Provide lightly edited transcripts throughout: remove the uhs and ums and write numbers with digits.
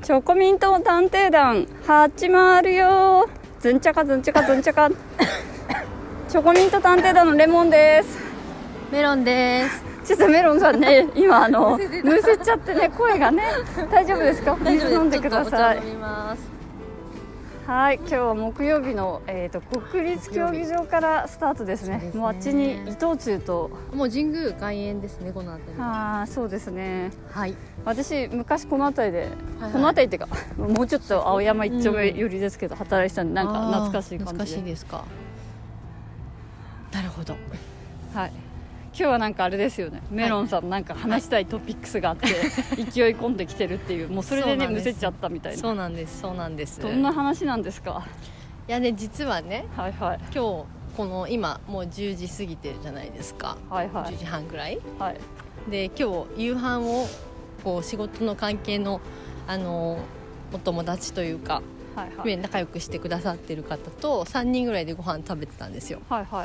チョコミント探偵団始まるよ。ズンチャカズンチャカズンチャカチョコミント探偵団のレモンです。 メロンです。 ちょっとメロンさんね、今むせちゃってね、声がね、大丈夫ですか？ 大丈夫です。 水飲んでください。 ちょっとお茶飲みます。 はい、今日は木曜日の、国立競技場からスタートですね。もうあっちに伊藤忠ともう神宮外苑ですね、この辺り。 ああ、そうですね。 はい。 私昔この辺りで、 はい、 この辺りっていうかもうちょっと青山一丁目寄りですけど、働いてたんで、なんか懐かしい感じで。 懐かしいですか。なるほど。 はい。今日はなんかあれですよね、メロンさんなんか話したいトピックスがあって、勢い込んできてるっていう、もうそれでねむせちゃったみたいな。 そうなんです、そうなんです。 どんな話なんですか？ いやね、実はね、 はいはい、 今日この今もう10時過ぎてるじゃないですか。 はいはい、 10時半くらい、 はい、 で今日夕飯をこう仕事の関係のお友達というか、はいはい、仲良くしてくださってる方と3人ぐらいでご飯食べてたんですよ。 はいはい、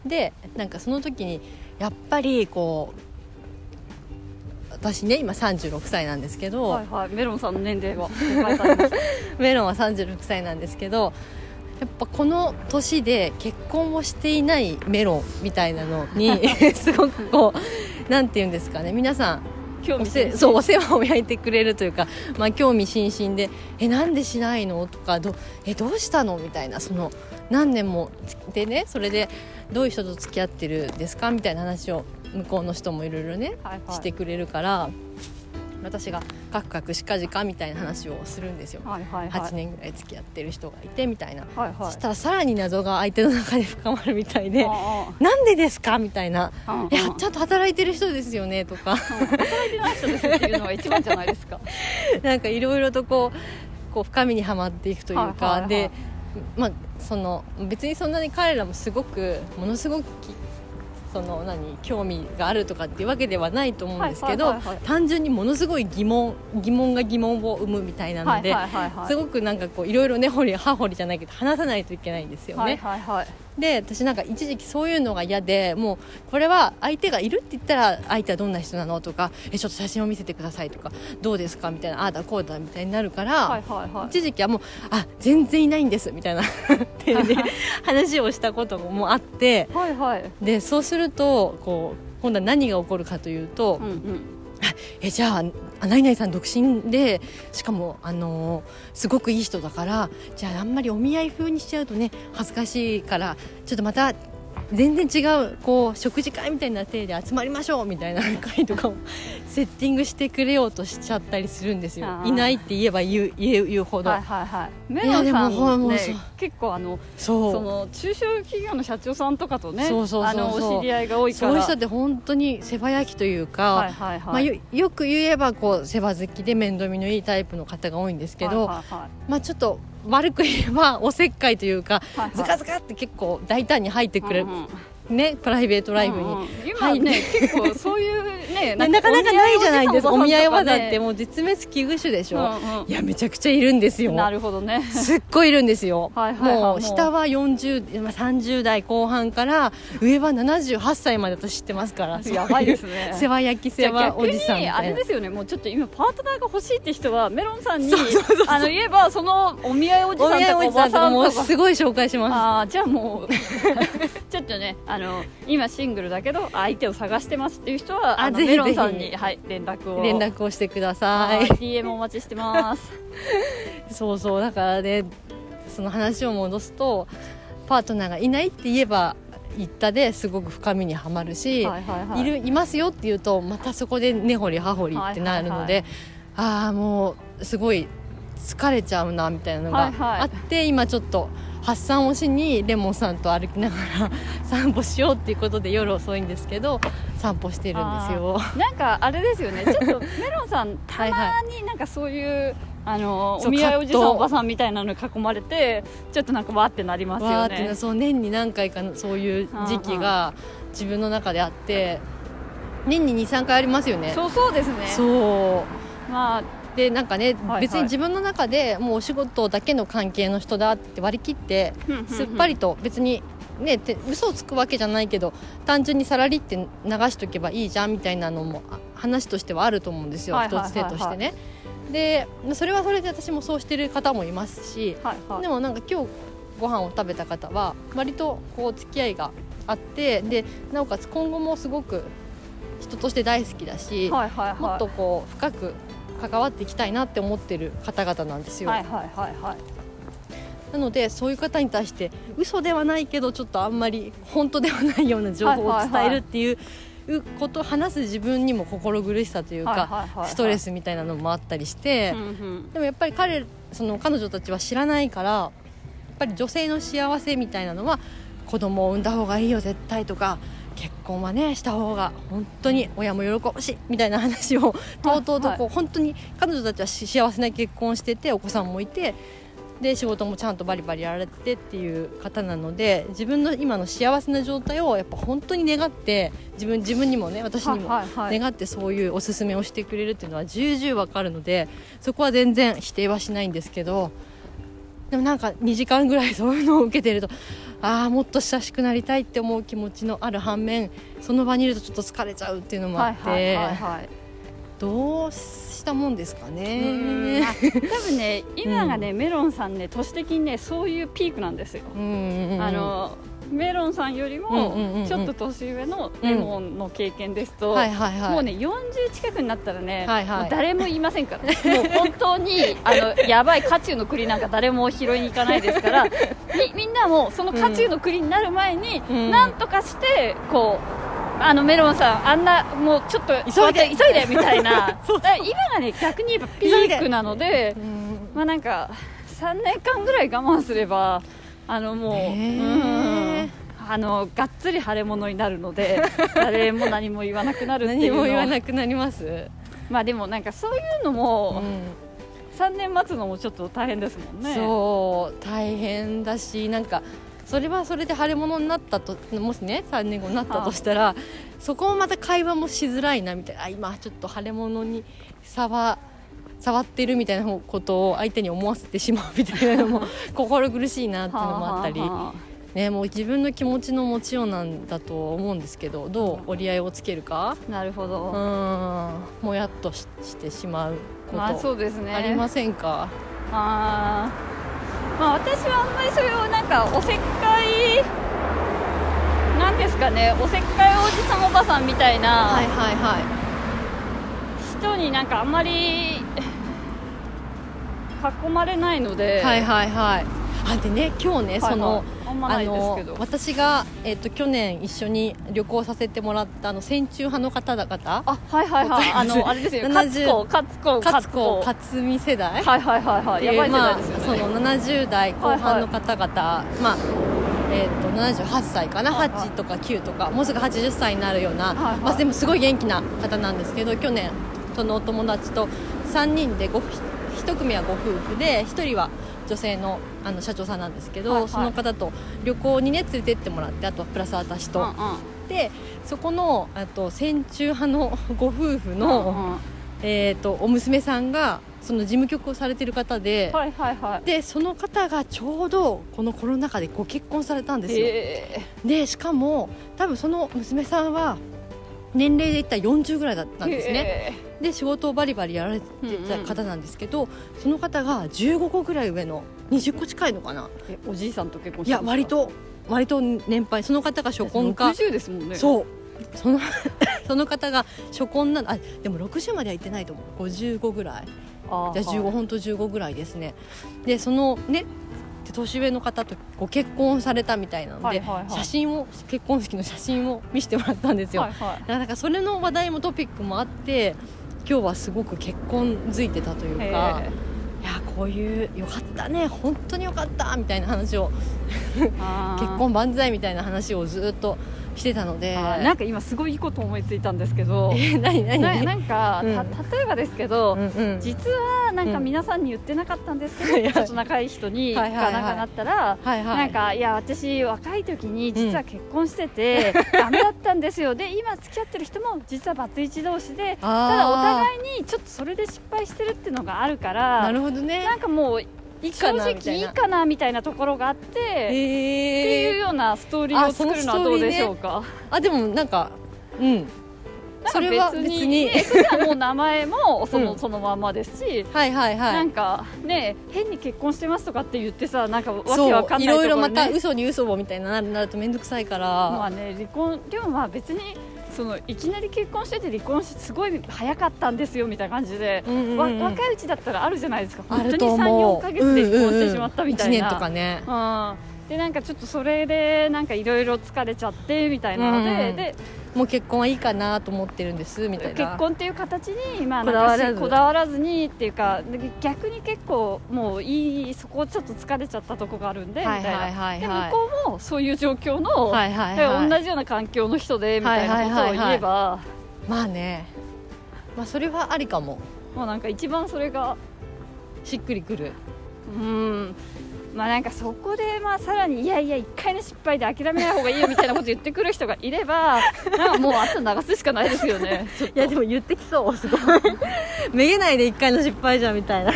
でなんかその時にやっぱりこう私ね今36歳なんですけど、 はいはい、メロンさんの年齢はメロンは36歳なんですけど、やっぱこの年で結婚をしていないメロンみたいなのにすごくこうなんていうんですかね、皆さんお世話を焼いてくれるというか、興味津々でなんでしないのとかどうしたのみたいな、その何年もでね、それでどういう人と付き合ってるんですかみたいな話を向こうの人もいろいろね、はいはい、してくれるから、私がカクカクしかじかみたいな話をするんですよ、はいはいはい、8年ぐらい付き合ってる人がいてみたいな、はいはい、そしたらさらに謎が相手の中で深まるみたいで、なんでですかみたいな、いやちゃんと働いてる人ですよねとか、 働いてない人ですっていうのが一番じゃないですかなんかいろいろとこう深みにはまっていくというか、はいはいはい、でその別にそんなに彼らもものすごく興味があるとかっていうわけではないと思うんですけど、はいはいはいはい、単純にものすごい疑問が疑問を生むみたいなので、はいはいはいはい、すごくなんかこういろいろ根掘り葉掘りじゃないけど話さないといけないんですよね、はいはいはい、で私なんか一時期そういうのが嫌で、もうこれは相手がいるって言ったら相手はどんな人なのとか、ちょっと写真を見せてくださいとか、どうですかみたいな、ああだこうだみたいになるから、はいはいはい、一時期はもう全然いないんですみたいなっていうね話をしたこともあって、はいはい、でそうするとこう今度は何が起こるかというと、うんうん、じゃあ何々さん独身でしかもすごくいい人だから、じゃああんまりお見合い風にしちゃうとね恥ずかしいから、ちょっとまた全然違うこう食事会みたいな体で集まりましょうみたいな会とかをセッティングしてくれようとしちゃったりするんですよ。いないって言えば言うほど、はいはいはい、 メロンさんね、結構その中小企業の社長さんとかとね、お知り合いが多いから、 そういう人って本当に世話焼きというか、はいはいはい、よく言えばこう世話好きで面倒見のいいタイプの方が多いんですけど、はいはいはい、ちょっと悪く言えばおせっかいというか、はいはい、ズカズカって結構大胆に入ってくる、うんうんね、プライベートライフに、うんうん、 今ね結構そういうねなかなかないじゃないですか。お見合いはだってもう絶滅危惧種でしょ、うんうん、いやめちゃくちゃいるんですよ。 なるほどね、 すっごいいるんですよ、はいはいはい、もう下は30代後半から上は78歳まで私知ってますから。 やばいですね世話焼き世話おじさんみたいな。 あれですよね、もうちょっと今パートナーが欲しいって人はメロンさんに言えば、そのお見合いおじさんとかおばさんとかすごい紹介します。 じゃあもうちょっとね今シングルだけど相手を探してますっていう人はメロンさんに、はい、連絡をしてください。 DM お待ちしてますそうそう、だからね、その話を戻すと、パートナーがいないって言えば言ったですごく深みにはまるし、はいはいはい、いますよって言うとまたそこで根掘り葉掘りってなるので、はいはいはい、もうすごい疲れちゃうなみたいなのがあって、はいはい、今ちょっと発散をしにレモンさんと歩きながら散歩しようっていうことで、夜遅いんですけど散歩してるんですよ。 なんかあれですよね、ちょっとメロンさんたまになんかそういうお見合いおじさんおばさんみたいなのに囲まれてちょっとなんかわーってなりますよね。わーってそう、年に何回かそういう時期が自分の中であって、年に 2,3 回ありますよね。 そうですね。 そう、でなんかね、はいはい、別に自分の中でもうお仕事だけの関係の人だって割り切ってすっぱりと、別にね嘘をつくわけじゃないけど単純にさらりって流しとけばいいじゃんみたいなのも話としてはあると思うんですよ、一つ手としてね。 でそれはそれで私もそうしてる方もいますし、 はいはい、 でもなんか今日ご飯を食べた方は割とこう付き合いがあって、でなおかつ今後もすごく人として大好きだし、 はいはいはい、 もっとこう深く関わっていきたいなって思ってる方々なんですよ。 はいはいはいはい、 なのでそういう方に対して嘘ではないけどちょっとあんまり本当ではないような情報を伝えるっていうことを話す自分にも心苦しさというか、ストレスみたいなのもあったりして、でもやっぱり彼女たちは知らないから、やっぱり女性の幸せみたいなのは子供を産んだ方がいいよ絶対とか、結婚はねした方が本当に親も喜ぶしみたいな話をとうとうとこう、本当に彼女たちは幸せな結婚をしててお子さんもいて、で仕事もちゃんとバリバリやられてっていう方なので、自分の今の幸せな状態をやっぱ本当に願って、自分にもね私にも願ってそういうおすすめをしてくれるっていうのは重々わかるので、そこは全然否定はしないんですけど、でもなんか2時間ぐらいそういうのを受けてると、もっと親しくなりたいって思う気持ちのある反面、その場にいるとちょっと疲れちゃうっていうのもあって、はいはいはいはい、どうしたもんですかね。 多分ね今がね、メロンさんね年的にねそういうピークなんですよ。メロンさんよりもちょっと年上のレモンの経験ですと、もうね40近くになったらね、はいはい、もう誰も言いませんからもう本当にやばい渦中の栗なんか誰も拾いに行かないですからみんなもその渦中の栗になる前に、なんとかしてこうメロンさんあんなもうちょっと急いでみたいな今がね逆に言えばピークなので、まあなんか3年間ぐらい我慢すればもうがっつり腫れ物になるので誰も何も言わなくなるっていうの何も言わなくなります。 まあでもなんかそういうのも、3年待つのもちょっと大変ですもんね。 そう大変だし、なんかそれはそれで腫れ物になったと、もしね3年後になったとしたら、そこもまた会話もしづらいなみたいな、今ちょっと腫れ物に触ってるみたいなことを相手に思わせてしまうみたいなのも心苦しいなっていうのもあったりね、もう自分の気持ちの持ちようなんだと思うんですけど、どう折り合いをつけるか。 なるほど。 もやっとしてしまうことそうですね、 ありませんか。 まあ、私はあんまりそういうなんかおせっかいなんですかね、おせっかいおじさんおばさんみたいな人になんかあんまり囲まれないので、 でね今日ね、私が、去年一緒に旅行させてもらった戦中派の方々、 あれですよ、 勝美世代、 やばい世代ですよね。 その70代後半の方々、78歳かな、8とか9とかもうすぐ80歳になるような、でもすごい元気な方なんですけど、去年そのお友達と3人で1組はご夫婦で1人は女性の社長さんなんですけど、その方と旅行にね連れてってもらって、あとはプラス私と、でそこの戦中派のご夫婦の、お娘さんがその事務局をされてる方で、でその方がちょうどこのコロナ禍でご結婚されたんですよ。でしかも多分その娘さんは年齢で言ったら40ぐらいだったんですね。で仕事をバリバリやられてた方なんですけど、その方が15個ぐらい上の20個近いのかな、 おじいさんと結婚したんですか。 いや割と年配、その方が初婚か 60ですもんね。 そうその方が初婚でも60までは行ってないと思う、55ぐらい、じゃあ15、本当15ぐらいですね。でそのね年上の方とご結婚されたみたいなので、写真を結婚式の写真を見せてもらったんですよ。なんかそれの話題もトピックもあって、今日はすごく結婚づいてたというか、いやこういうよかったね本当によかったみたいな話を結婚万歳みたいな話をずっとしてたので、 なんか今すごいいいこと思いついたんですけど、 なんか、例えばですけど、実はなんか皆さんに言ってなかったんですけど、ちょっと仲いい人になんかなったら、なんかいや私若い時に実は結婚しててダメだったんですよで今付き合ってる人も実はバツイチ同士で、ただお互いにちょっとそれで失敗してるっていうのがあるから、 なるほどね、 なんかもう正直いいかなみたいなところがあって、っていうようなストーリーを作るのはどうでしょうか。 でもなんかそれは別にそれはもう名前もそのままですし、なんかね変に結婚してますとかって言ってさ、なんかわけわかんないところね、いろいろまた嘘に嘘をみたいななると面倒くさいから、 まあね、離婚でもまあ別にいきなり結婚してて離婚してすごい早かったんですよみたいな感じで、若いうちだったらあるじゃないですか。本当に 3,4 ヶ月で離婚してしまったみたいな、 1年とかね、 でなんかちょっとそれでなんかいろいろ疲れちゃってみたいなので、でもう結婚はいいかなと思ってるんですみたいな、 結婚っていう形に、まあ、なんかこだわらずにっていうか、逆に結構もうそこちょっと疲れちゃったとこがあるんでみたいな、で向こうもそういう状況の、同じような環境の人でみたいなことを言えば、 まあね、まあそれはありかも。 まあなんか一番それがしっくりくる。 まあなんかそこでまあさらにいや1回の失敗で諦めない方がいいよみたいなこと言ってくる人がいればなんかもうあと流すしかないですよね。 いやでも言ってきそう、すごいめげないで1回の失敗じゃんみたいな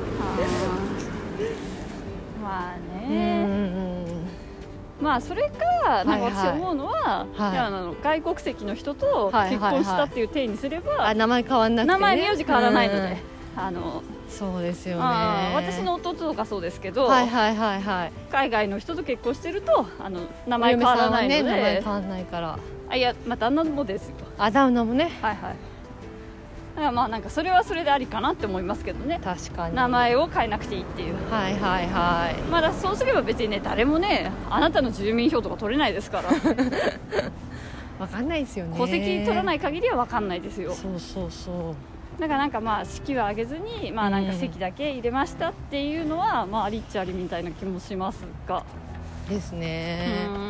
まあね、まあそれかなんか私思うのは、外国籍の人と結婚したっていう体にすれば、 名前変わんなくてね、 名前名字変わらないので、 そうですよね。 私の弟とかそうですけど、海外の人と結婚してると名前変わらないので、 名前変わらないから、 いやまあ旦那もですよ。 旦那もね、 だからまあなんかそれはそれでありかなって思いますけどね。 確かに名前を変えなくていいっていう。まだそうすれば別にね、誰もねあなたの住民票とか取れないですから分かんないですよね。 戸籍取らない限りは分かんないですよ。 そうだからなんかまあ式は挙げずに、まあなんか籍だけ入れましたっていうのは、まあありっちゃありみたいな気もしますがですね。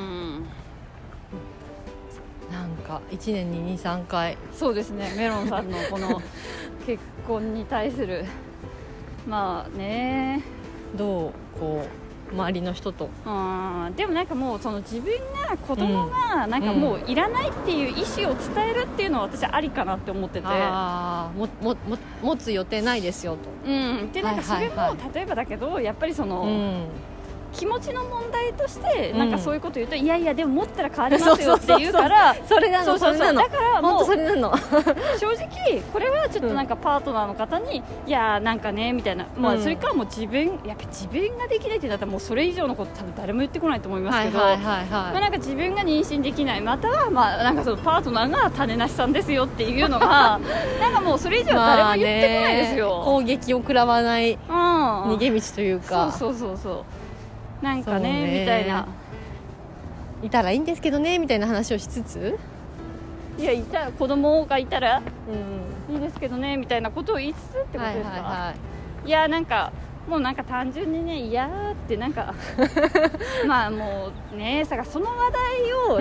なんか1年に 2,3 回、 そうですね、メロンさんのこの結婚に対するまあね、 どうこう周りの人と、 でもなんかもう自分が子供がなんかもういらないっていう意思を伝えるっていうのは私はありかなって思ってて、 持つ予定ないですよと、 でなんかそれも例えばだけどやっぱり気持ちの問題としてなんかそういうこと言うと、いやいやでも持ったら変わりますよって言うから、 それなの、だからもうそれなの正直これはちょっとなんかパートナーの方に、いやなんかねみたいな、まあそれからもう自分ができないってなったらもうそれ以上のこと多分誰も言ってこないと思いますけど、なんか自分が妊娠できない、またはまあなんかパートナーが種なしさんですよっていうのがなんかもうそれ以上誰も言ってこないですよ。 攻撃を食らわない逃げ道というか、 そうなんかねみたいな、 いたらいいんですけどねみたいな話をしつつ、 いや子供がいたらいいですけどねみたいなことを言いつつってことですか。いやなんかもうなんか単純にね、いやーってなんかまあもうね、その話題を、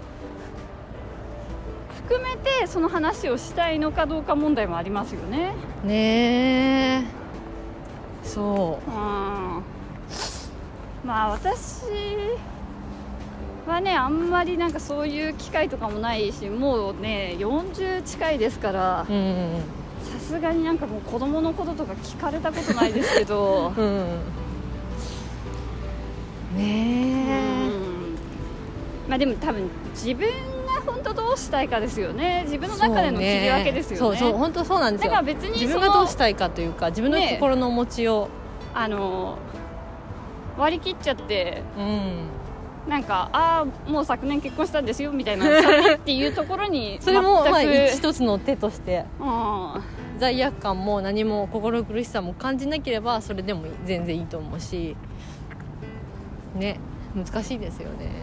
含めてその話をしたいのかどうか問題もありますよね。 ねえ、そうまあ私はねあんまりなんかそういう機会とかもないし、もうね40近いですから、さすがになんかもう子供のこととか聞かれたことないですけどまあでも多分自分が本当どうしたいかですよね。自分の中での切り分けですよね。 そう本当そうなんですよ。 だから別に自分がどうしたいかというか、自分の心の持ちを、 割り切っちゃって、なんかもう昨年結婚したんですよみたいなっていうところにそれもまあ一つの手として、罪悪感も何も心苦しさも感じなければそれでも全然いいと思うしね、難しいですよね。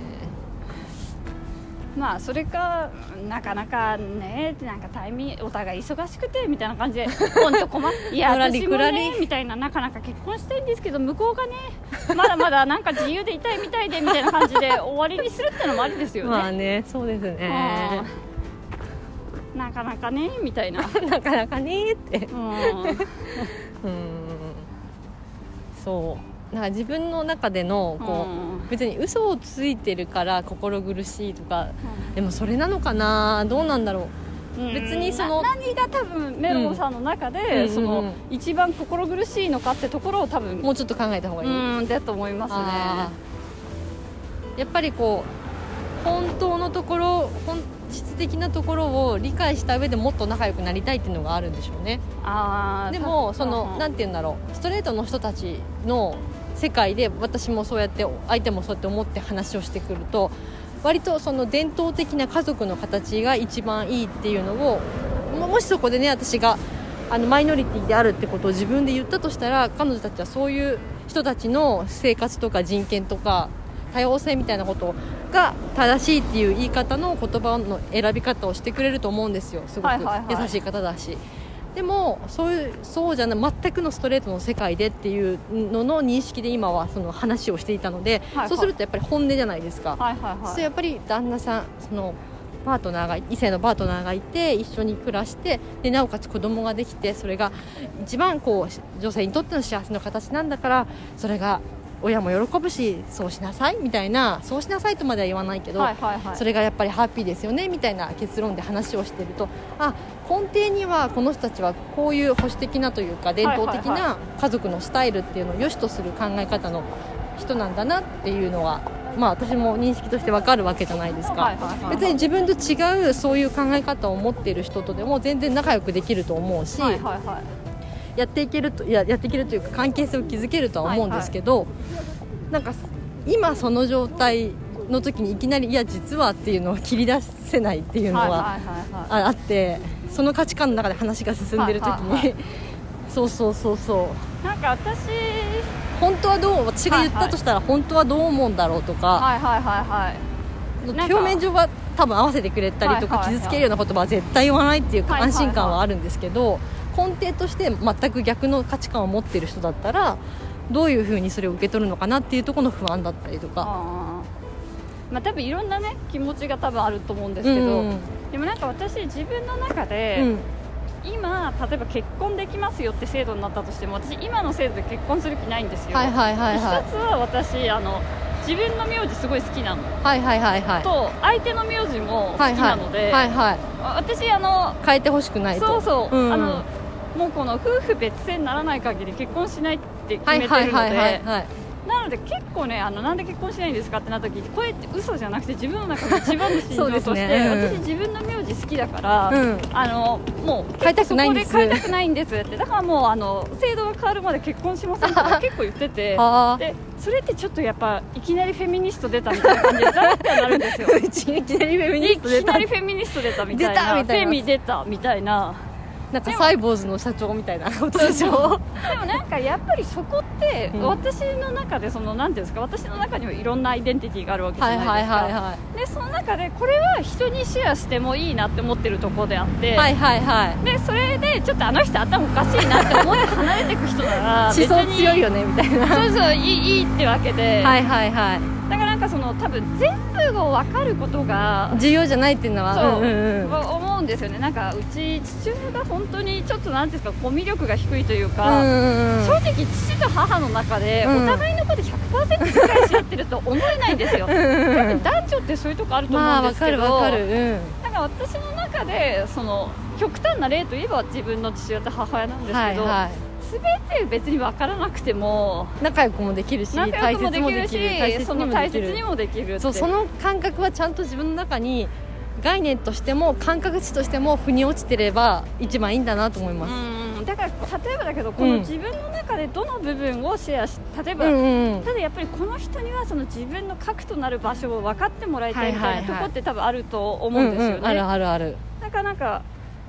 まあそれかなかなかね、なんかお互い忙しくてみたいな感じで本当いや私もねみたいな、なかなか結婚したいんですけど向こうがねまだまだなんか自由でいたいみたいでみたいな感じで終わりにするってのもありですよね。 まあね、そうですね。 なかなかねみたいななかなかねってそうなんか自分の中での別に嘘をついてるから心苦しいとか、でもそれなのかな、どうなんだろう。別に何が多分メロンさんの中で、一番心苦しいのかってところを多分もうちょっと考えた方がいいだと思いますね。 やっぱり本当のところ自質的なところを理解した上でもっと仲良くなりたいっていうのがあるんでしょうね。でもそのなんて言うんだろう、ストレートの人たちの世界で私もそうやって相手もそうやって思って話をしてくると、割とその伝統的な家族の形が一番いいっていうのを、もしそこでね私がマイノリティであるってことを自分で言ったとしたら、彼女たちはそういう人たちの生活とか人権とか多様性みたいなことが正しいっていう言い方の言葉の選び方をしてくれると思うんですよ。すごく優しい方だし、でもそうじゃない全くのストレートの世界でっていうのの認識で今はその話をしていたので、そうするとやっぱり本音じゃないですか。そうやっぱり旦那さん、そのパートナーが異性のパートナーがいて一緒に暮らして、でなおかつ子供ができて、それが一番こう女性にとっての幸せの形なんだから、それが親も喜ぶし、そうしなさいみたいな、そうしなさいとまでは言わないけど、それがやっぱりハッピーですよねみたいな結論で話をしていると、根底にはこの人たちはこういう保守的なというか伝統的な家族のスタイルっていうのを良しとする考え方の人なんだなっていうのは、私も認識として分かるわけじゃないですか。別に自分と違うそういう考え方を持っている人とでも全然仲良くできると思うし、やっていけるというか関係性を築けるとは思うんですけど、なんか今その状態の時にいきなりいや実はっていうのを切り出せないっていうのはあって、その価値観の中で話が進んでる時にそうなんか私本当は私が言ったとしたら本当はどう思うんだろうとか、表面上は多分合わせてくれたりとか傷つけるような言葉は絶対言わないっていう安心感はあるんですけど、根底として全く逆の価値観を持っている人だったらどういう風にそれを受け取るのかなっていうところの不安だったりとか、 多分いろんなね気持ちが多分あると思うんですけど、でもなんか私自分の中で、今例えば結婚できますよって制度になったとしても、私今の制度で結婚する気ないんですよ。一つは私自分の名字すごい好きなの、と相手の名字も好きなので、私変えてほしくないと。 もうこの夫婦別姓にならない限り結婚しないって決めてるので、なので結構ねなんで結婚しないんですかってなった時、これって嘘じゃなくて自分の中の一番の心情として私自分の名字好きだから、もう変えたくないんです、 そこで変えたくないんですって、だからもう制度が変わるまで結婚しませんとか結構言っててでそれってちょっとやっぱいきなりフェミニスト出たみたいな感じでザッてなるんですよいきなりフェミニスト出た、 いきなりフェミニスト出たみたいな、フェミ出たみたいな、 なんかサイボーズの社長みたいなことでしょ。 でもなんかやっぱりそこって私の中でなんていうんですか、私の中にはいろんなアイデンティティがあるわけじゃないですか。でその中でこれは人にシェアしてもいいなって思ってるところであって、でそれでちょっとあの人頭おかしいなって思って離れていく人なら思想強いよねみたいな、 いいってわけで、だからなんか多分全部が分かることが重要じゃないっていうのは思うんですよね。なんかうち父親が本当にちょっとなんていうんですか、コミュ力が低いというか、正直父と母の中でお互いのこと 100% 理解し合ってると思えないんですよ。多分男女ってそういうとこあると思うんですけど、なんか私の中で極端な例といえば自分の父親と母親なんですけど、全て別に分からなくても仲良くもできるし、大切もできるし、 大切にもできるって、 その感覚はちゃんと自分の中に概念としても感覚値としても腑に落ちてれば一番いいんだなと思います。 だから例えばだけど、この自分の中でどの部分をシェアし、例えば、ただやっぱりこの人には自分の核となる場所を分かってもらいたいみたいなところって多分あると思うんですよね。 ある。 だからなんか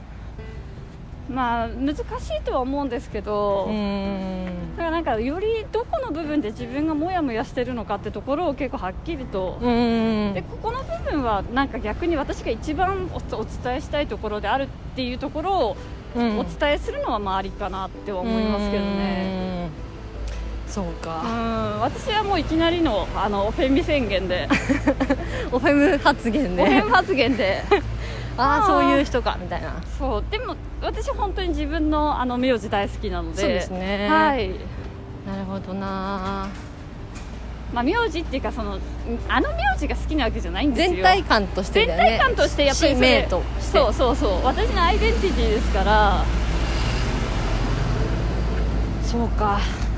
難しいとは思うんですけど、だからなんかよりどこの部分で自分がモヤモヤしてるのかってところを結構はっきりと、でここの部分はなんか逆に私が一番お伝えしたいところであるっていうところをお伝えするのはありかなって思いますけどね。 そうか。 私はもういきなりのフェミ宣言でオフェム発言でそういう人かみたいな。 そうでも私本当に自分の名字大好きなので。 そうですね、なるほどな。 名字っていうか名字が好きなわけじゃないんですよ。 全体感としてだよね。 全体感としてやっぱり使命としてそう私のアイデンティティですから。 そうか。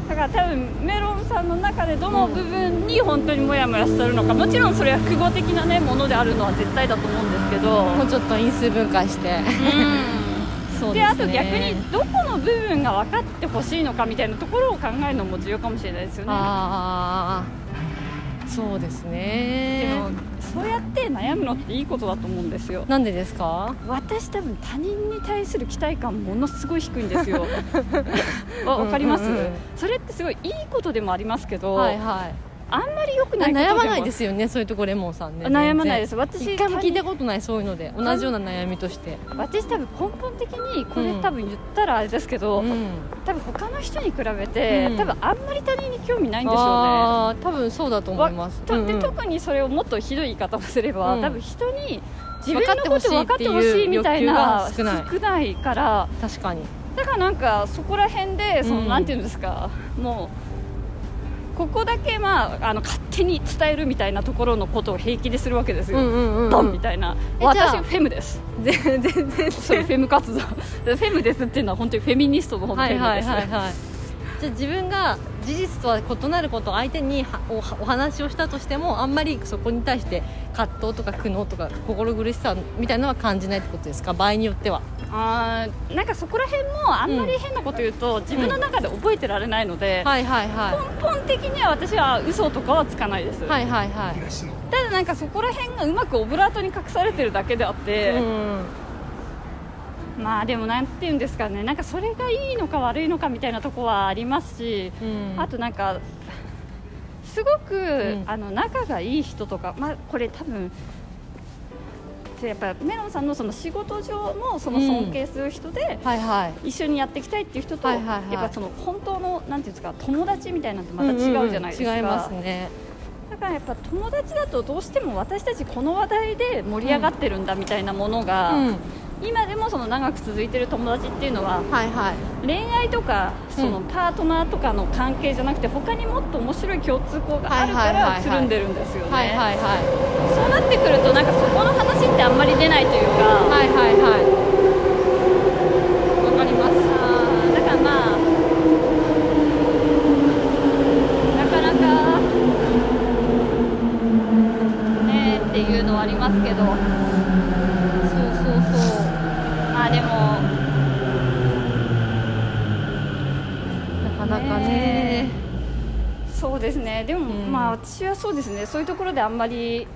だから多分メロンさんの中でどの部分に本当にモヤモヤしてるのか、もちろんそれは複合的な、ね、ものであるのは絶対だと思うんですけど、 もうちょっと因数分解して、 そうですね、であと逆にどこの部分が分かってほしいのかみたいなところを考えるのも重要かもしれないですよね。 ああ、そうですね。 でもそうやって悩むのっていいことだと思うんですよ。 なんでですか？ 私多分他人に対する期待感ものすごい低いんですよ。わかります？それってすごいいいことでもありますけど、はいはい、あんまり良くないことでも悩まないですよね、そういうとこレモンさんね。 悩まないです。私一回も聞いたことない、そういうので同じような悩みとして。 私多分根本的にこれ多分言ったらあれですけど、多分他の人に比べて、多分あんまり他人に興味ないんでしょうね。 あ、多分そうだと思います。 で特にそれをもっとひどい言い方をすれば、多分人に自分のこと分かってほしいみたいな少ないから、 確かに。 だからなんかそこら辺でなんていうんですか、もうここだけ勝手に伝えるみたいなところのことを平気でするわけですよ。ドンみたいな。私フェムです。全然そうフェム活動。フェムですっていうのは本当にフェミニストの本当にフェムです。 じゃあ自分が事実とは異なることを相手にお話をしたとしても、あんまりそこに対して葛藤とか苦悩とか心苦しさみたいなのは感じないってことですか？場合によっては。 なんかそこら辺もあんまり変なこと言うと、自分の中で覚えてられないので、根本的には私は嘘とかはつかないです。ただなんかそこら辺がうまくオブラートに隠されてるだけであって、でもなんていうんですかね、なんかそれがいいのか悪いのかみたいなところはありますし、あとなんかすごく、仲がいい人とか、これ多分やっぱメロンさんのその仕事上のその尊敬する人で、一緒にやっていきたいっていう人と、やっぱその本当のなんていうんですか、友達みたいなのとまた違うじゃないですか。 違いますね。 だからやっぱ友達だとどうしても私たちこの話題で盛り上がってるんだみたいなものが、今でもその長く続いてる友達っていうのは、恋愛とかそのパートナーとかの関係じゃなくて、他にもっと面白い共通項があるからつるんでるんですよね。そうなってくるとなんかそこの話ってあんまり出ないというか、わかります。だからなかなかねっていうのはありますけど、でもなかなかね、 そうですね。でも、私はそうですね、そういうところであんまり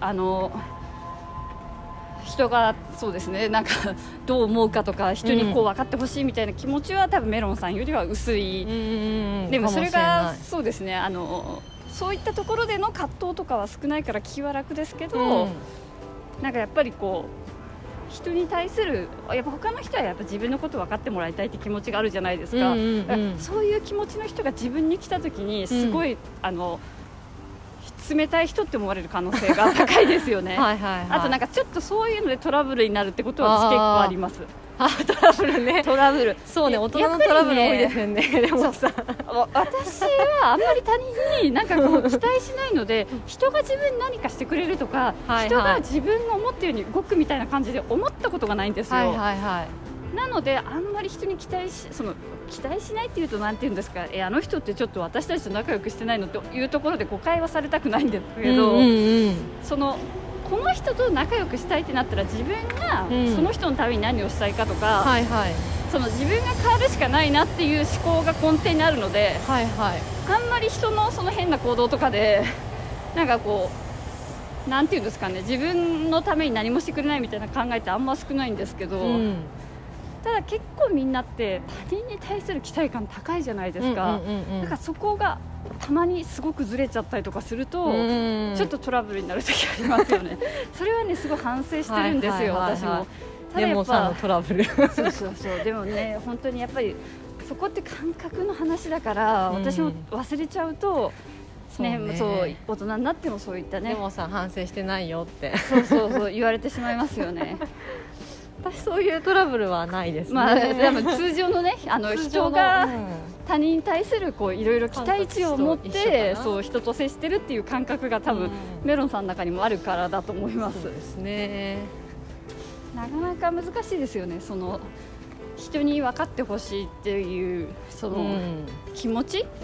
人がそうですね、なんかどう思うかとか人にこう分かってほしいみたいな気持ちは多分メロンさんよりは薄い。でもそれがそうですね、そういったところでの葛藤とかは少ないから気は楽ですけど、なんかやっぱりこう人に対するやっぱ他の人はやっぱ自分のこと分かってもらいたいって気持ちがあるじゃないですか。そういう気持ちの人が自分に来た時にすごい、冷たい人って思われる可能性が高いですよね。あとなんかちょっとそういうのでトラブルになるってことは結構あります。 トラブルね。 トラブル。 そうね、大人のトラブル多いですよね。でもさ、 私はあんまり他人になんかこう期待しないので、人が自分に何かしてくれるとか、人が自分の思ったように動くみたいな感じで思ったことがないんですよ。なのであんまり人に期待しないっていうとなんていうんですか、あの人ってちょっと私たちと仲良くしてないのというところで誤解はされたくないんですけど、この人と仲良くしたいってなったら自分がその人のために何をしたいかとか、その自分が変わるしかないなっていう思考が根底にあるので、あんまり人のその変な行動とかでなんかこうなんていうんですかね、自分のために何もしてくれないみたいな考えってあんま少ないんですけど、ただ結構みんなって他人に対する期待感高いじゃないですか。なんかそこがたまにすごくずれちゃったりとかすると、ちょっとトラブルになる時ありますよね。それはねすごい反省してるんですよ、私も。 レモンさんのトラブル。 でもね、本当にやっぱりそこって感覚の話だから、私も忘れちゃうとね、そう大人になってもそういったね、 レモンさん反省してないよって言われてしまいますよね。 私そういうトラブルはないですね。 でも通常のね、人が他人に対するこういろいろ期待値を持ってそう人と接してるっていう感覚が多分、メロンさんの中にもあるからだと思います。 そうですね。 なかなか難しいですよね。その人に分かってほしいっていうその気持ち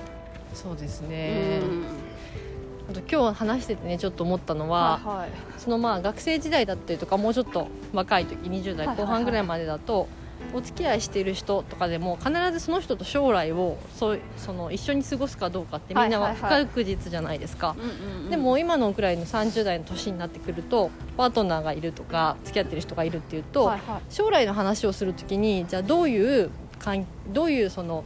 そうですね、あと今日話しててねちょっと思ったのは、はいはい、その学生時代だったりとかもうちょっと若い時20代後半ぐらいまでだと、はいはいはい、お付き合いしている人とかでも必ずその人と将来をその一緒に過ごすかどうかってみんなは不確実じゃないですか、でも今のくらいの30代の年になってくるとパートナーがいるとか付き合ってる人がいるっていうと、はいはい、将来の話をするときにじゃあどういうその、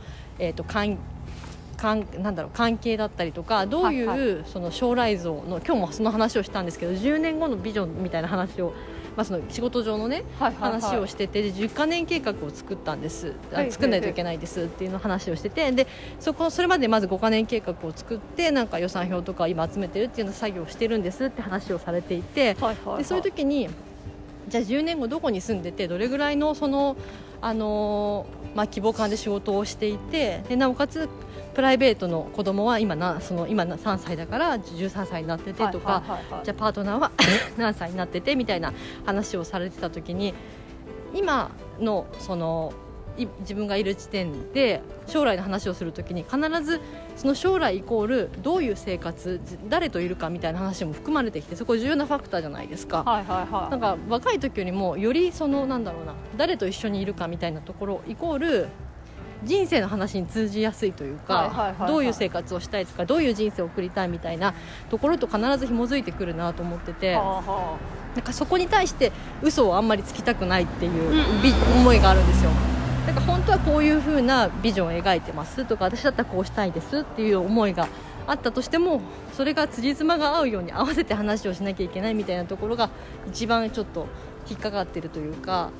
関係だったりとかどういうその将来像の、今日もその話をしたんですけど10年後のビジョンみたいな話を、その仕事上のね、話をしてて10カ年計画を作ったんです、作らないといけないですっていうの話をしてて、でそれまでまず5カ年計画を作ってなんか予算表とか今集めてるっていうの作業をしてるんですって話をされていて、でそういう時にじゃあ10年後どこに住んでてどれぐらいのその規模感で仕事をしていて、でなおかつプライベートの子供は今3歳だから13歳になっててとか、じゃあパートナーは何歳になっててみたいな話をされてた時に、今のその自分がいる時点で将来の話をするときに必ずその将来イコールどういう生活誰といるかみたいな話も含まれてきて、そこ重要なファクターじゃないですか、なんか若い時よりもよりその誰と一緒にいるかみたいなところイコール人生の話に通じやすいというか、どういう生活をしたいとかどういう人生を送りたいみたいなところと必ず紐づいてくるなと思ってて、なんかそこに対して嘘をあんまりつきたくないっていう思いがあるんですよ。なんか本当はこういう風なビジョンを描いてますとか私だったらこうしたいですっていう思いがあったとしても、それが辻褄が合うように合わせて話をしなきゃいけないみたいなところが一番ちょっと引っかかってるというか、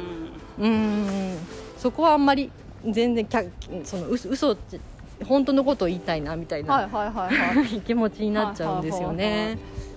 そこはあんまり全然その嘘本当のことを言いたいなみたいな気持ちになっちゃうんですよね。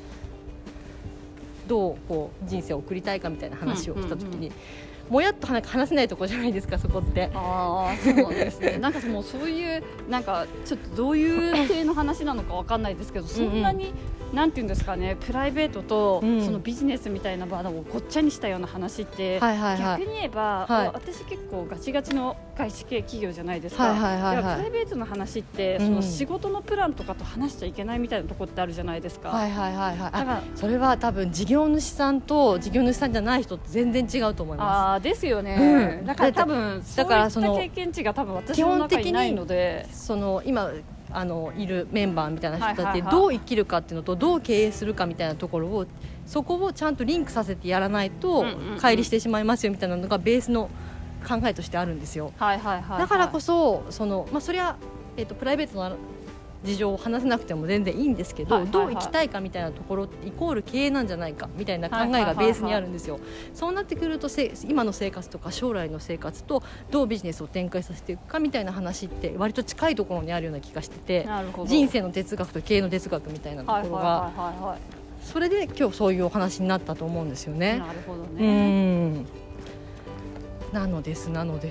どうこう人生を送りたいかみたいな話をした時に、もやっと話せないところじゃないですか、そこって。 そうですねなんかもうそういうなんかちょっとどういう系の話なのか分かんないですけど、そんなになんていうんですかね、プライベートとそのビジネスみたいな場をごっちゃにしたような話って、逆に言えば、私結構ガチガチの外資系企業じゃないですか。プライベートの話ってその仕事のプランとかと話しちゃいけないみたいなところってあるじゃないですか。だからそれは多分事業主さんと事業主さんじゃない人って全然違うと思います。 ですよね、だから多分そういった経験値が多分私の中にないので、 その今いるメンバーみたいな人たちでどう生きるかっていうのとどう経営するかみたいなところをそこをちゃんとリンクさせてやらないと乖離してしまいますよみたいなのがベースの考えとしてあるんですよ。だからこそそりゃ、プライベートの事情を話せなくても全然いいんですけど、どう生きたいかみたいなところイコール経営なんじゃないかみたいな考えがベースにあるんですよ。そうなってくると今の生活とか将来の生活とどうビジネスを展開させていくかみたいな話って割と近いところにあるような気がしてて、人生の哲学と経営の哲学みたいなところが、それで今日そういうお話になったと思うんですよね。 なるほどね。 なのです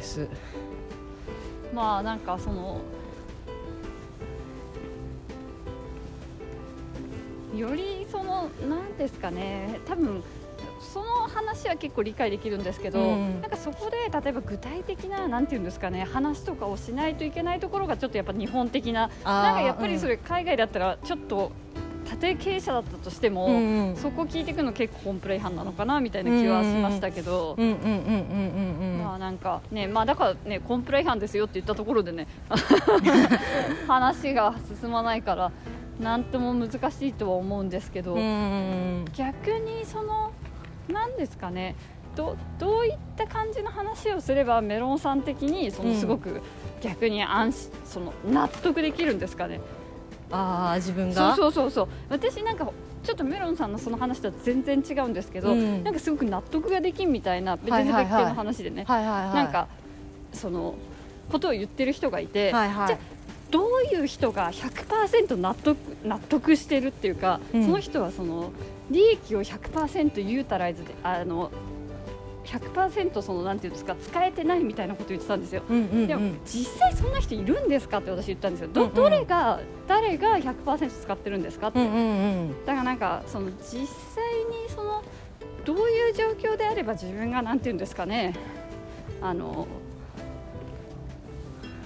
なんかそのよりそのなんですかね、多分その話は結構理解できるんですけど、なんかそこで例えば具体的ななんていうんですかね、話とかをしないといけないところがちょっとやっぱ日本的な、なんかやっぱりそれ海外だったらちょっとたとえ経営者だったとしても、そこ聞いていくの結構コンプラ違反なのかなみたいな気はしましたけど、なんかね、だからねコンプラ違反ですよって言ったところでね話が進まないからなんとも難しいとは思うんですけど、逆にそのなんですかね、どういった感じの話をすればメロンさん的にそのすごく逆にその納得できるんですかね。 自分がそう私なんかちょっとメロンさんのその話とは全然違うんですけど、なんかすごく納得ができんみたいな別に別件の話でね、なんかそのことを言ってる人がいて、じゃあどういう人が 100% 納得してるっていうか、その人はその利益を 100% ユータライズで100% そのなんていうんですか使えてないみたいなことを言ってたんですよ。でも実際そんな人いるんですかって私言ったんですよ。誰が 100% 使ってるんですかって、だからなんかその実際にそのどういう状況であれば自分がなんていうんですかね、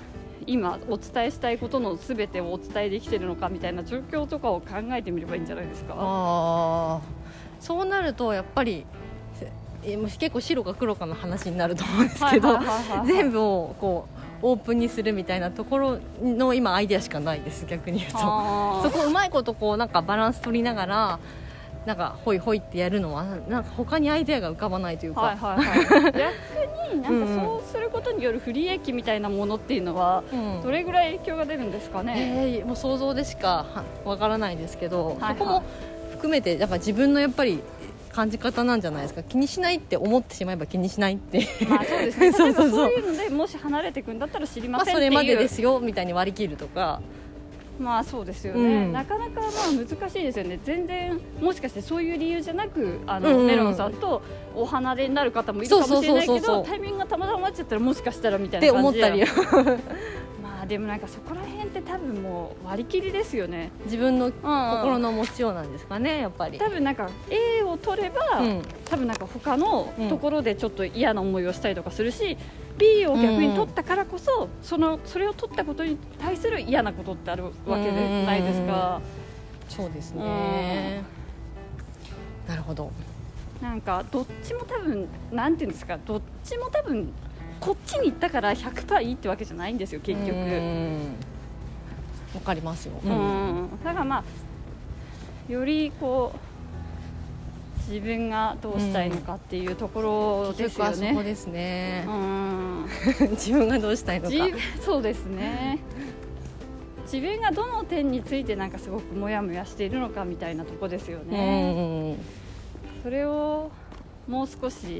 今お伝えしたいことの全てをお伝えできてるのかみたいな状況とかを考えてみればいいんじゃないですか。 そうなるとやっぱり結構白か黒かの話になると思うんですけど、全部をこうオープンにするみたいなところの今アイデアしかないです。逆に言うとそこうまいことこうなんかバランス取りながらなんかホイホイってやるのはなんか他にアイデアが浮かばないというか、 逆になんかそうすることによる不利益みたいなものっていうのはどれぐらい影響が出るんですかね。 もう想像でしかわからないですけど、そこも含めてやっぱ自分のやっぱり感じ方なんじゃないですか。気にしないって思ってしまえば気にしないってそうですねそういうのでもし離れていくんだったら知りませんっていう、 それまでですよみたいに割り切るとか、 そうですよね、なかなか難しいですよね。全然もしかしてそういう理由じゃなくメロンさんとお離れになる方もいるかもしれないけど、タイミングがたまたま合っちゃったらもしかしたらみたいな感じでって思ったりでもなんかそこら辺って多分もう割り切りですよね。 自分の心の持ちようなんですかね、やっぱり。 多分なんか A を取れば、多分なんか他のところでちょっと嫌な思いをしたりとかするし、B を逆に取ったからこそ、それを取ったことに対する嫌なことってあるわけじゃないですか。 そうですね、なるほど。なんかどっちも多分なんていうんですか、どっちも多分こっちに行ったから 100% いいってわけじゃないんですよ結局。 わかりますよ、 だからよりこう自分がどうしたいのかっていうところですよね。 そこですね、自分がどうしたいのか。 そうですね自分がどの点についてなんかすごくモヤモヤしているのかみたいなところですよね。それをもう少し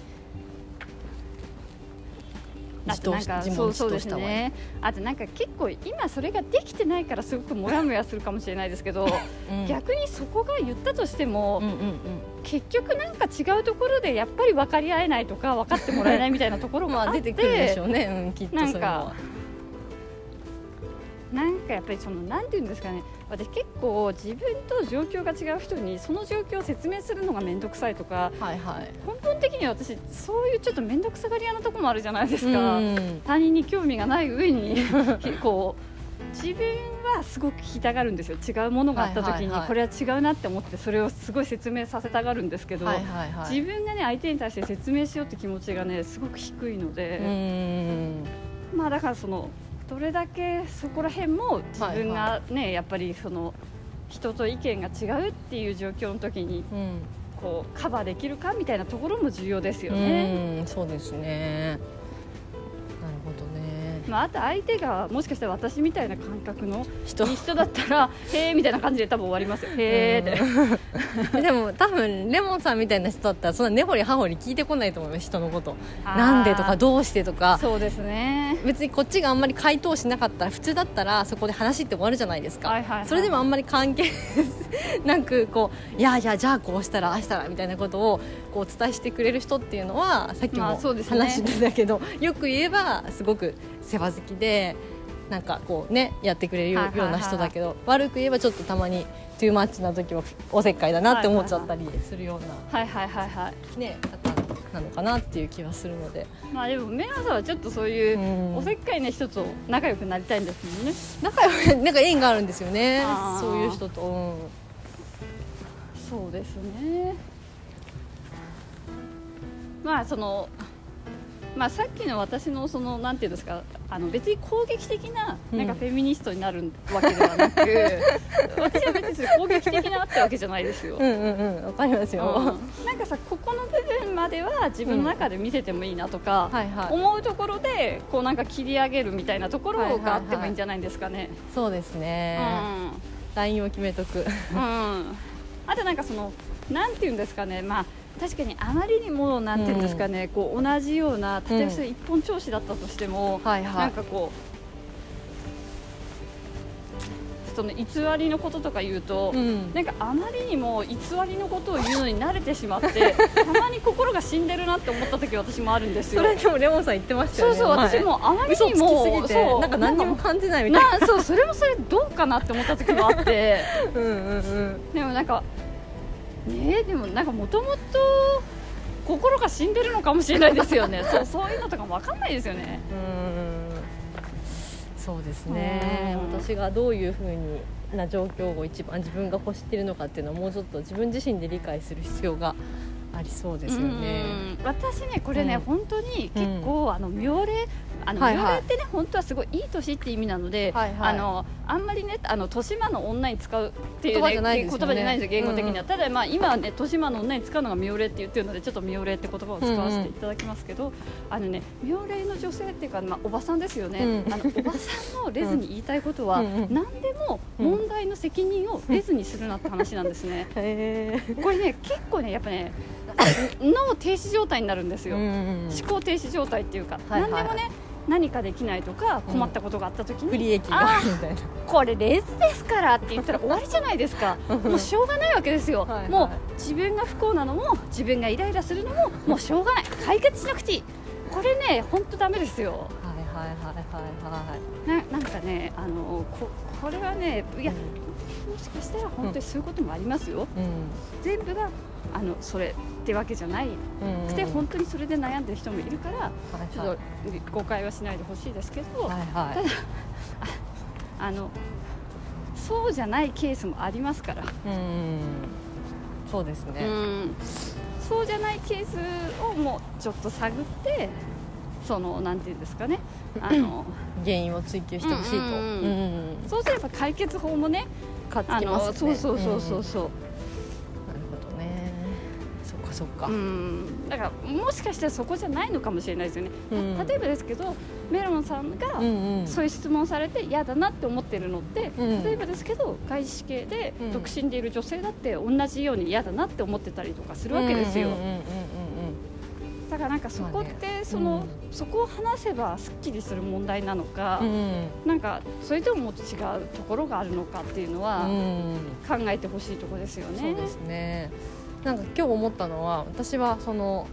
あとなんかそうですね。あとなんか結構今それができてないからすごくモヤモヤするかもしれないですけど、逆にそこが言ったとしても、結局なんか違うところでやっぱり分かり合えないとか分かってもらえないみたいなところがあって出てくるでしょうね、きっとそれは。 なんかやっぱりなんていうんですかね、私結構自分と状況が違う人にその状況を説明するのが面倒くさいとか、根本的には私そういうちょっと面倒くさがり屋なとこもあるじゃないですか。他人に興味がない上にこう自分はすごく聞きたがるんですよ。違うものがあった時にこれは違うなって思ってそれをすごい説明させたがるんですけど、自分がね相手に対して説明しようって気持ちがねすごく低いので、だからどれだけそこら辺も自分がね、やっぱり人と意見が違うっていう状況の時にこうカバーできるかみたいなところも重要ですよね。 そうですね、なるほどね。 あと相手がもしかしたら私みたいな感覚の人だったらへーみたいな感じで多分終わりますよ。へーってでも多分レモンさんみたいな人だったらそんな根掘り葉掘り聞いてこないと思います。人のことなんでとかどうしてとか。 そうですね。 別にこっちがあんまり回答しなかったら普通だったらそこで話って終わるじゃないですか。それでもあんまり関係なくこういやじゃあこうしたらああしたらみたいなことをこうお伝えしてくれる人っていうのはさっきも話してたけど、よく言えばすごく世話好きでなんかこうねやってくれるような人だけど、悪く言えばちょっとたまにトゥーマッチな時はおせっかいだなって思っちゃったりするようなね方なのかなっていう気はするので、 でもメロンさんはちょっとそういうおせっかいな人と仲良くなりたいんですもんね。 仲良くなんか縁があるんですよね、そういう人と。 そうですね。さっきの私のなんていうんですか、別に攻撃的ななんかフェミニストになるわけではなく、私は別に攻撃的なってわけじゃないですよ。 わかりますよ。 なんかここの部分までは自分の中で見せてもいいなとか、思うところでこうなんか切り上げるみたいなところがあってもいいんじゃないですかね。 そうですね。ラインを決めとく。 あとなんかなんていうんですかね、確かにあまりにもなんていうんですかね、こう同じような例えば一本調子だったとしても、なんかこう偽りのこととか言うと、なんかあまりにも偽りのことを言うのに慣れてしまってたまに心が死んでるなって思った時私もあるんですよ。 それでもレモンさん言ってましたよね。 そう私もあまりにも嘘つきすぎてなんか何にも感じないみたいな。 それもそれどうかなって思った時もあってでもなんかでもなんかもともと心が死んでるのかもしれないですよね。そういうのとかも分かんないですよね。 そうですね、私がどういう風にな状況を一番自分が欲しているのかっていうのをもうちょっと自分自身で理解する必要がありそうですよね。 私ねこれね、本当に結構妙齢妙齢ってね本当はすごいいい年って意味なので、あんまりね豊島の女に使うっていう、ね、言葉じゃないんですよ言語的には、ただ今はね豊島の女に使うのが妙齢って言ってるのでちょっと妙齢って言葉を使わせていただきますけど、妙齢の女性っていうか、おばさんですよね、おばさんのレズに言いたいことは、何でも問題の責任をレズにするなって話なんですね。これね結構ねやっぱね脳停止状態になるんですよ、思考停止状態っていうか、何でもね何かできないとか困ったことがあった時に、 不利益がみたいな、 これレズですからって言ったら終わりじゃないですかもうしょうがないわけですよもう自分が不幸なのも自分がイライラするのももうしょうがない、解決しなくていい、これね本当ダメですよ。なんかねこれはねいや、もしかしたら本当にそういうこともありますよ、全部がそれってわけじゃないくて、本当にそれで悩んでる人もいるから、ちょっと誤解はしないでほしいですけど、ただそうじゃないケースもありますから、 そうですね、 そうじゃないケースをもうちょっと探ってなんていうんですかね原因を追求してほしいと、 そうすれば解決法もね変わってきますね。 そうそっか、 だからもしかしたらそこじゃないのかもしれないですよね、例えばですけどメロンさんがそういう質問されて嫌だなって思ってるのって、例えばですけど外資系で独身でいる女性だって同じように嫌だなって思ってたりとかするわけですよ。だからなんかそこってそこを話せばすっきりする問題なのか、なんかそれとももっと違うところがあるのかっていうのは考えてほしいところですよね。 そうですね。なんか今日思ったのは、私は今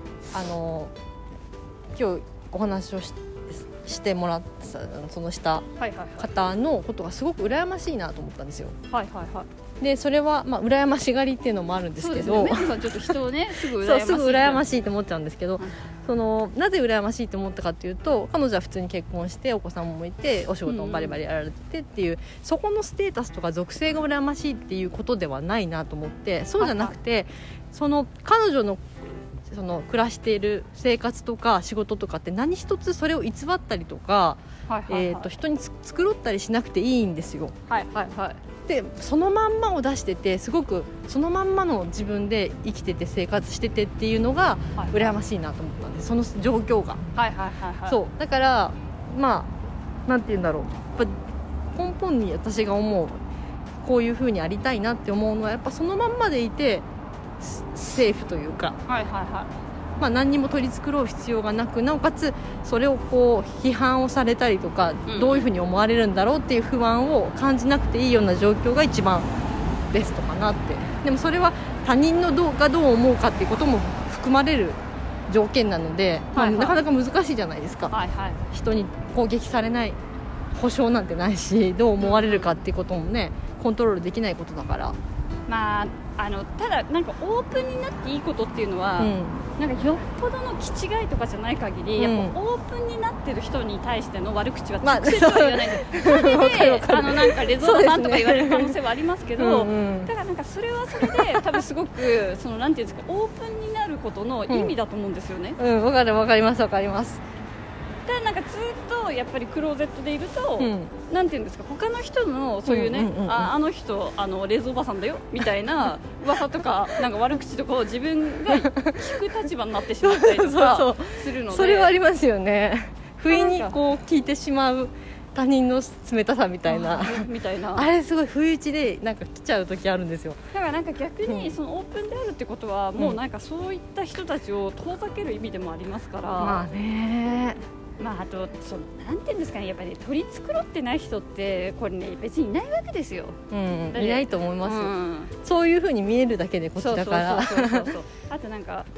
日お話をしてもらったした方のことがすごく羨ましいなと思ったんですよ。でそれは羨ましがりっていうのもあるんですけど、 メロンさんちょっと人をねすぐ羨ましいと思っちゃうんですけど、なぜ羨ましいと思ったかっていうと、彼女は普通に結婚してお子さんもいてお仕事もバリバリやられてっていう、そこのステータスとか属性が羨ましいっていうことではないなと思って、そうじゃなくて彼女の暮らしている生活とか仕事とかって何一つそれを偽ったりとか、人に繕ったりしなくていいんですよ。でそのまんまを出してて、すごくそのまんまの自分で生きてて生活しててっていうのが羨ましいなと思ったんです、その状況が。そうだからなんて言うんだろう、やっぱ根本に私が思うこういう風にありたいなって思うのは、やっぱそのまんまでいてセーフというか、何にも取り繕う必要がなく、なおかつそれを批判をされたりとか、どういうふうに思われるんだろうっていう不安を感じなくていいような状況が一番ベストかなって。でもそれは他人がどう思うかっていうことも含まれる条件なので、なかなか難しいじゃないですか、人に攻撃されない保証なんてないし、どう思われるかっていうこともねコントロールできないことだから。 ただなんかオープンになっていいことっていうのは、なんかよっぽどの気違いとかじゃない限り、やっぱオープンになってる人に対しての悪口は直接は言わないんですよ。なんかレゾーナさんとか言われる可能性はありますけど、だからなんかそれはそれで多分すごくなんていうんですか、オープンになることの意味だと思うんですよね。 わかります。 ただなんかずっとやっぱりクローゼットでいると、なんていうんですか、他の人のそういうね、あの人冷蔵おばさんだよみたいな噂とかなんか悪口とかを自分が聞く立場になってしまったりとかするのでそれはありますよね。不意に聞いてしまう他人の冷たさみたいなあれすごい不意打ちでなんか来ちゃう時あるんですよ。 だからなんか逆にオープンであるってことは、もうなんかそういった人たちを遠ざける意味でもありますから。あとなんていうんですかね、やっぱり取り繕ってない人ってこれね別にいないわけですよ。 いないと思いますよ、そういう風に見えるだけでこっちだから。 あとなんか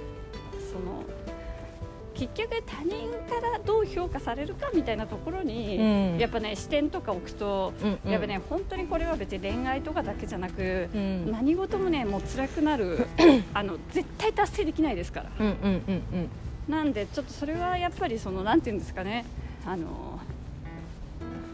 結局他人からどう評価されるかみたいなところに、やっぱね視点とか置くと、やっぱね本当にこれは別に恋愛とかだけじゃなく、何事もねもう辛くなる絶対達成できないですから。なんでちょっとそれはやっぱりなんていうんですかね、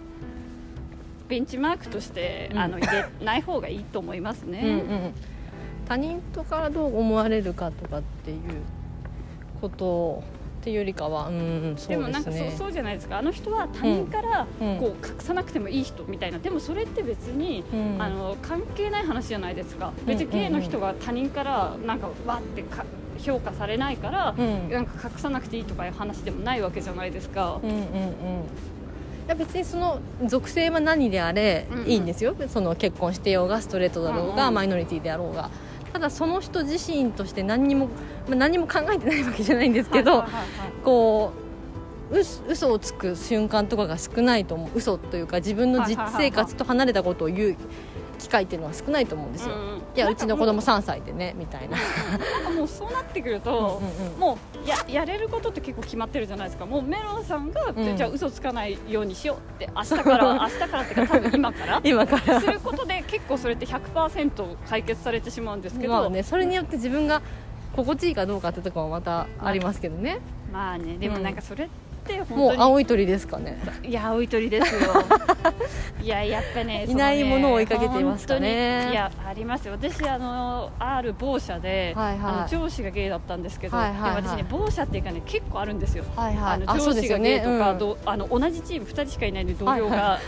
ベンチマークとして入れない方がいいと思いますね。 他人とからどう思われるかとかっていうことっていうよりかは、そうですね。 でもなんかそうじゃないですか。あの人は他人からこう隠さなくてもいい人みたいな。でもそれって別に関係ない話じゃないですか。別にゲイの人が他人からなんかわって評価されないから、なんか隠さなくていいとかいう話でもないわけじゃないですか。 いや別にその属性は何であれいいんですよ。その結婚してようがストレートだろうが、マイノリティであろうが。ただその人自身として何も考えてないわけじゃないんですけど、こう嘘をつく瞬間とかが少ないと思う。嘘というか自分の実生活と離れたことを言う機会っていうのは少ないと思うんですよ。いやうちの子供3歳でねみたいな。 なんかもうそうなってくると、もうやれることって結構決まってるじゃないですか。もうメロンさんが、じゃあ嘘つかないようにしようって明日からっていうか多分今からすることで結構それって 100% 解決されてしまうんですけど、 それによって自分が心地いいかどうかってところもまたありますけどね。 まあね、でもなんかそれって本当にもう青い鳥ですかね。 いや青い鳥ですよ。いややっぱね、 いないものを追いかけていますかね。 いやありますよ。私ある某社で、上司がゲイだったんですけど、私ね某社っていうかね結構あるんですよ。上司がゲイとか、同じチーム2人しかいないので同僚が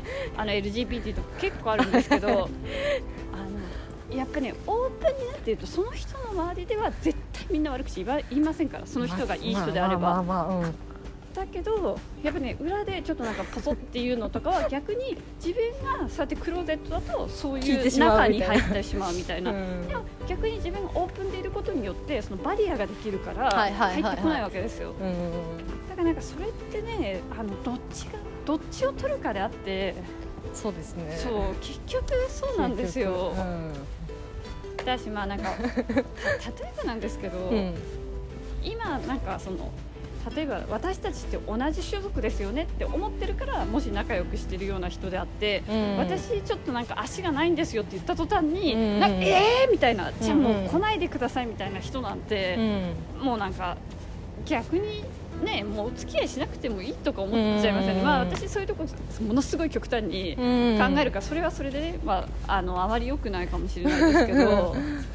LGBT とか結構あるんですけど。やっぱねオープンになっているとその人の周りでは絶対みんな悪口言いませんから、その人がいい人であれば。だけどやっぱね裏でちょっとなんかポソっていうのとかは逆に自分がそうやってクローゼットだとそういう中に入ってしまうみたいな。でも逆に自分がオープンでいることによってそのバリアができるから入ってこないわけですよ。だからなんかそれってねどっちを取るかであって、 そうですね。 そう結局そうなんですよ。だしまあなんか例えばなんですけど、今なんかその例えば私たちって同じ種族ですよねって思ってるからもし仲良くしてるような人であって、私ちょっとなんか足がないんですよって言った途端に、なんかみたいな、じゃあもう来ないでくださいみたいな人なんて、もうなんか逆にねもうお付き合いしなくてもいいとか思っちゃいますよね。まあ私そういうとこものすごい極端に考えるから、それはそれでね、あまり良くないかもしれないですけど。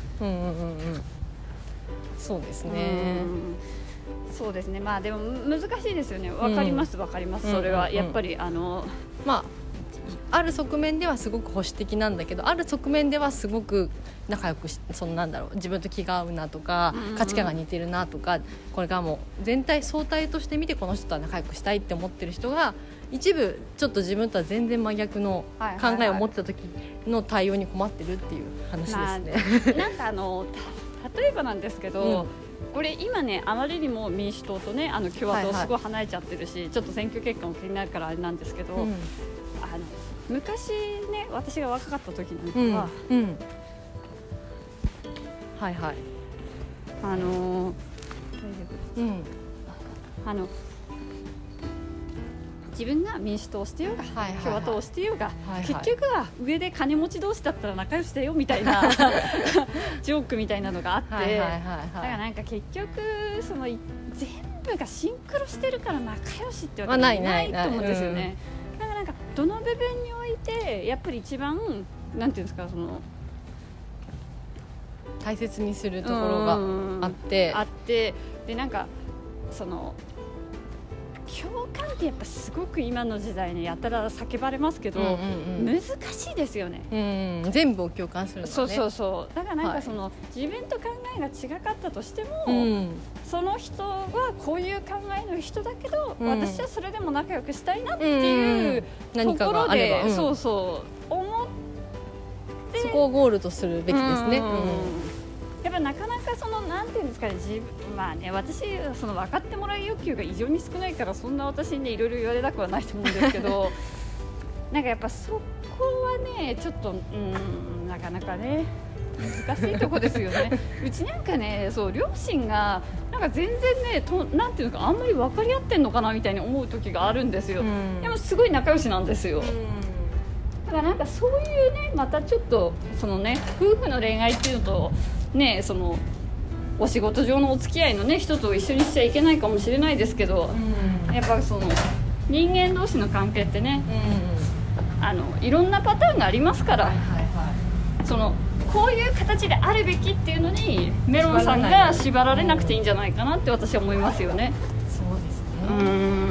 そうですね。 そうですね。まあでも難しいですよね。わかります。それはやっぱりある側面ではすごく保守的なんだけど、ある側面ではすごく仲良く自分と気が合うなとか、価値観が似てるなとか、これからも全体相対として見てこの人とは仲良くしたいって思ってる人が一部ちょっと自分とは全然真逆の考えを持ってた時の対応に困ってるっていう話ですね。 なんか例えばなんですけど、これ今ねあまりにも民主党とね共和党すごい離れちゃってるし、ちょっと選挙結果も気になるからあれなんですけど、昔ね私が若かった時なんかは、大丈夫です。自分が民主党をしてようが、共和党をしてようが、結局は上で金持ち同士だったら仲良しだよみたいなジョークみたいなのがあって、だからなんか結局その全部がシンクロしてるから仲良しってわけじゃないと思うんですよね。だからなんかどの部分においてやっぱり一番なんていうんですか、その大切にするところがあってでなんかその共感ってやっぱすごく今の時代ねやたら叫ばれますけど、難しいですよね。 全部を共感するのね。 そうだからなんかその、自分と考えが違かったとしても、その人はこういう考えの人だけど、私はそれでも仲良くしたいなっていうところで、思ってそこをゴールとするべきですね。 やっぱなかなかそのなんていうんですかね、私その分かってもらい欲求が異常に少ないから、そんな私にねいろいろ言われたくはないと思うんですけどなんかやっぱそこはねちょっとなかなかね難しいとこですよねうちなんかね、そう両親がなんか全然ねなんていうのかあんまり分かり合ってんのかなみたいに思う時があるんですよ。でもすごい仲良しなんですよ。だからなんかそういうね、またちょっとそのね夫婦の恋愛っていうのとね、そのお仕事上のお付き合いのね人と一緒にしちゃいけないかもしれないですけど、やっぱその人間同士の関係ってね、 いろんなパターンがありますから、こういう形であるべきっていうのにメロンさんが縛られなくていいんじゃないかなって私は思いますよね。 そうですね。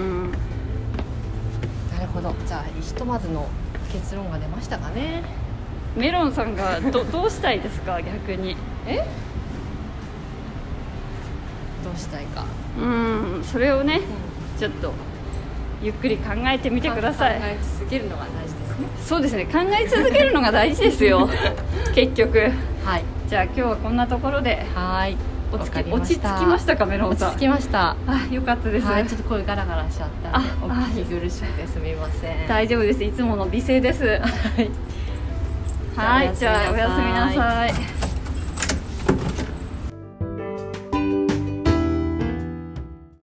なるほど。じゃあひとまずの結論が出ましたかね。 メロンさんがどうしたいですか逆に。 どうしたいか。 それをね、ちょっとゆっくり考えてみてください。 考え続けるのが大事ですね。 そうですね、考え続けるのが大事ですよ結局。 はい。 じゃあ今日はこんなところで。 はい。 落ち着きましたかメロンさん。 落ち着きました。 よかったです。 ちょっと声ガラガラしちゃったんでお聞き苦しくてすみません。 大丈夫です、いつもの美声です。はい、じゃあおやすみなさい。